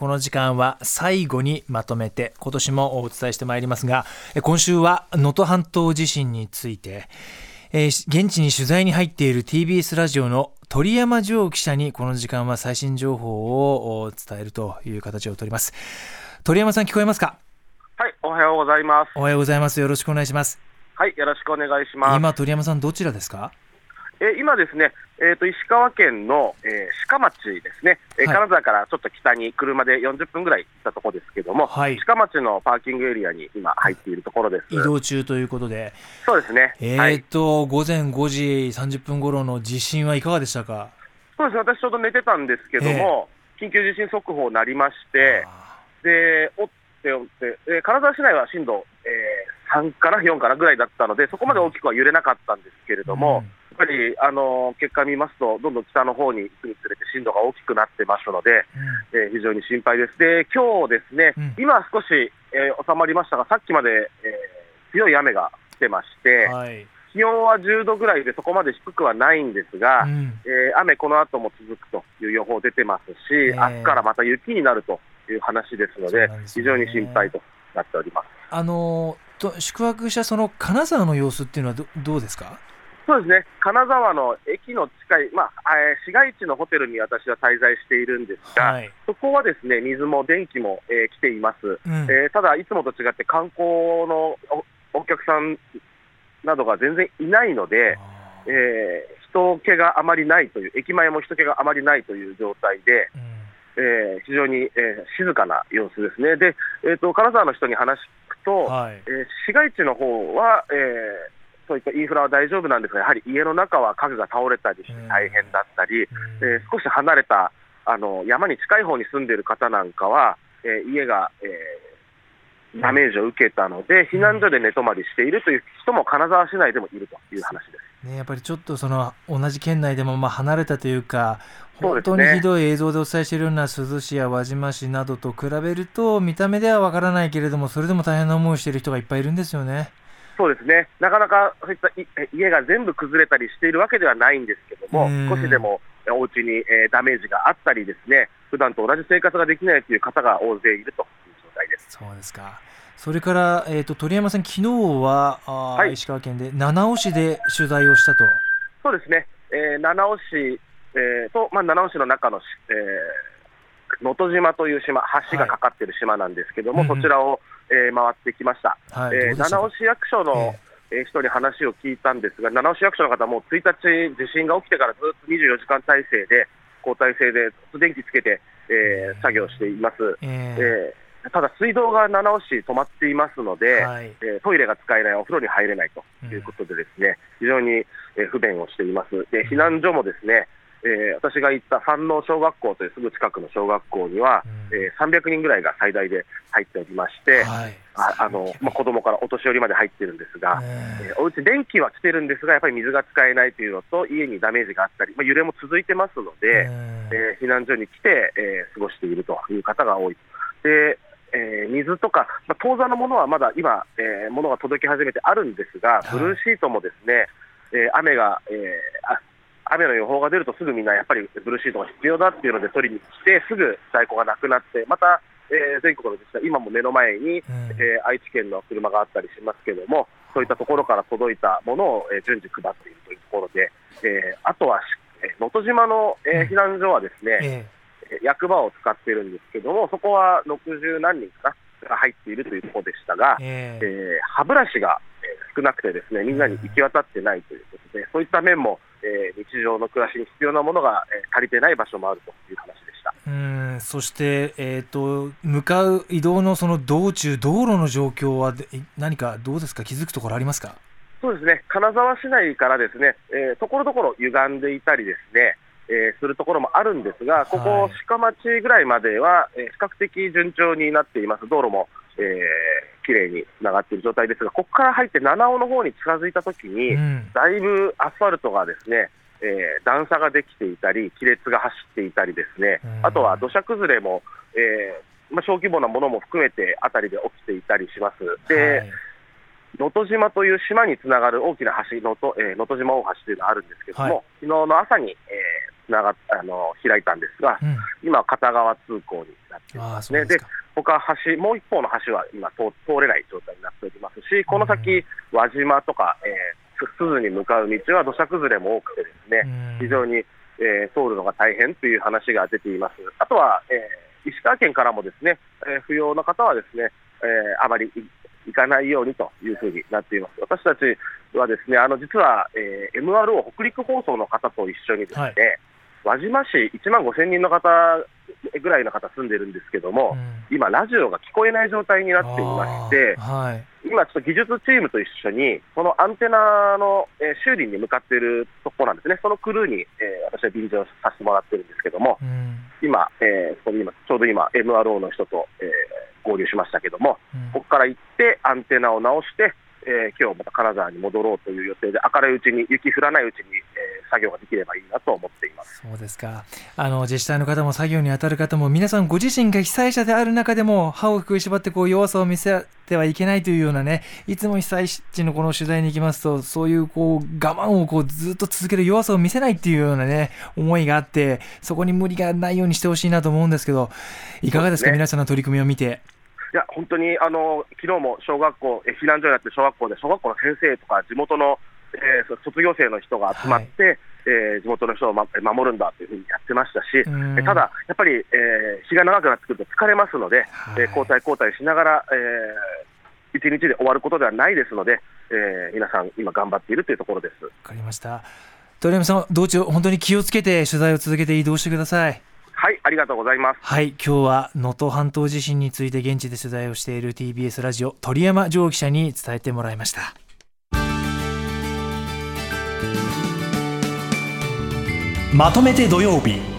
この時間は最後にまとめて今年もお伝えしてまいりますが、今週は能登半島地震について、現地に取材に入っている TBS ラジオの鳥山城記者にこの時間は最新情報を伝えるという形をとります。鳥山さん、聞こえますか？ はい、おはようございます。 おはようございます。よろしくお願いします。 はい、よろしくお願いします。 今鳥山さんどちらですか？ 今ですね、石川県の、志賀町ですね、金沢からちょっと北に車で40分ぐらい行ったところですけども、志賀町のパーキングエリアに今入っているところです。 移動中ということで。 そうですね。 午前5時30分頃の地震はいかがでしたか？ そうですね、私ちょうど寝てたんですけども、緊急地震速報鳴りまして、で、金沢市内は震度、3から4からぐらいだったので、そこまで大きくは揺れなかったんですけれども、やっぱり結果見ますと、どんどん北の方に行くにつれて震度が大きくなってますので、非常に心配です。で、今日ですね、今少し、収まりましたが、さっきまで、強い雨が来てまして、気温は10度ぐらいでそこまで低くはないんですが、雨この後も続くという予報出てますし、明日からまた雪になるという話ですので、非常に心配となっております。 宿泊したその金沢の様子っていうのはどうですか？ そうですね、金沢の駅の近い、市街地のホテルに私は滞在しているんですが、そこはですね、水も電気も、来ています。ただ、いつもと違って観光の お客さんなどが全然いないので、人気があまりないという、駅前も人気があまりないという状態で、非常に、静かな様子ですね。で、金沢の人に話聞くと、市街地の方は、そういったインフラは大丈夫なんですが、やはり家の中は家具が倒れたりして大変だったり、少し離れた山に近い方に住んでいる方なんかは、家が、ダメージを受けたので、避難所で寝泊まりしているという人も金沢市内でもいるという話です。 やっぱりちょっと同じ県内でも離れたというか、本当にひどい映像でお伝えしているような珠洲市や輪島市などと比べると、見た目ではわからないけれども、それでも大変な思いをしている人がいっぱいいるんですよね。 そうですね、なかなかそういった家が全部崩れたりしているわけではないんですけども、少しでもお家にダメージがあったりですね、普段と同じ生活ができないという方が大勢いるという状態です。 そうですか。それから、鳥山さん、昨日は、石川県で七尾市で取材をしたと。 そうですね、七尾市、七尾市の中の能登島という島、橋がかかっている島なんですけども、そちらを、回ってきました。七尾市役所の、人に話を聞いたんですが、七尾市役所の方も1日地震が起きてからずっと24時間体制で交代制で電気つけて、作業しています。ただ水道が七尾市止まっていますので、トイレが使えない、お風呂に入れないということでですね、非常に不便をしています。で、避難所もですね、私が行った山王小学校というすぐ近くの小学校には、300人ぐらいが最大で入っておりまして、子供からお年寄りまで入っているんですが、お家電気は来てるんですが、やっぱり水が使えないというのと、家にダメージがあったり、揺れも続いてますので、避難所に来て、過ごしているという方が多い。で、水とか、当座のものはまだ今、物が届き始めてあるんですが、ブルーシートもですね、雨の予報が出るとすぐみんなやっぱりブルーシートが必要だっていうので取りに来て、すぐ在庫がなくなって、また、全国の自治体、今も目の前に、愛知県の車があったりしますけれども、そういったところから届いたものを、順次配っているというところで、あとは能登島の、避難所はですね、役場を使っているんですけども、そこは60何人かなが入っているというところでしたが、歯ブラシが少なくてですね、みんなに行き渡ってないということで、そういった面も、日常の暮らしに必要なものが、足りてない場所もあるという話でした。 そして、向かう移動のその道中、道路の状況は何かどうですか、気づくところありますか？ そうですね、金沢市内からですね、ところどころ歪んでいたりですね、するところもあるんですが、ここ志賀町ぐらいまでは、比較的順調になっています。道路も、きれいにつながっている状態ですが、ここから入って七尾の方に近づいたときに、だいぶアスファルトがですね、段差ができていたり、亀裂が走っていたりですね、あとは土砂崩れも、小規模なものも含めてあたりで起きていたりします。で、能登島という島につながる大きな橋、能登島大橋というのがあるんですけれども、昨日の朝に開いたんですが、今、片側通行になっっていますね。で他もう一方の橋は今通れない状態になっておりますし、この先輪島とか、珠洲に向かう道は土砂崩れも多くてですね、非常に、通るのが大変という話が出ています。あとは、石川県からもですね、不要な方はですね、あまり行かないようにというふうになっています。私たちはですね、実は、MRO 北陸放送の方と一緒にですね、輪島市1万5000人の方ぐらいの方住んでるんですけども、今ラジオが聞こえない状態になっていまして、今ちょっと技術チームと一緒にそのアンテナの、修理に向かっているところなんですね。そのクルーに、私は便乗させてもらってるんですけども、今、ちょうど今 MRO の人と、合流しましたけども、ここから行ってアンテナを直して、今日また金沢に戻ろうという予定で、明るいうちに、雪降らないうちに、作業ができればいいなと思っています。 そうですか。自治体の方も作業に当たる方も皆さんご自身が被災者である中でも歯を食いしばって弱さを見せてはいけないというようなね、いつも被災地のこの取材に行きますと、そういう我慢をずっと続ける弱さを見せないっていうようなね思いがあって、そこに無理がないようにしてほしいなと思うんですけど、いかがですか、皆さんの取り組みを見て。 いや本当に昨日も小学校、避難所になって小学校で小学校の先生とか地元の、卒業生の人が集まって、地元の人を、守るんだというふうにやってましたし、ただやっぱり、日が長くなってくると疲れますので、交代しながら、一日で終わることではないですので、皆さん今頑張っているというところです。 わかりました。鳥山さん、道中本当に気をつけて取材を続けて移動してください。 はい、ありがとうございます。 はい、今日は能登半島地震について現地で取材をしている TBS ラジオ鳥山城記者に伝えてもらいました。まとめて土曜日。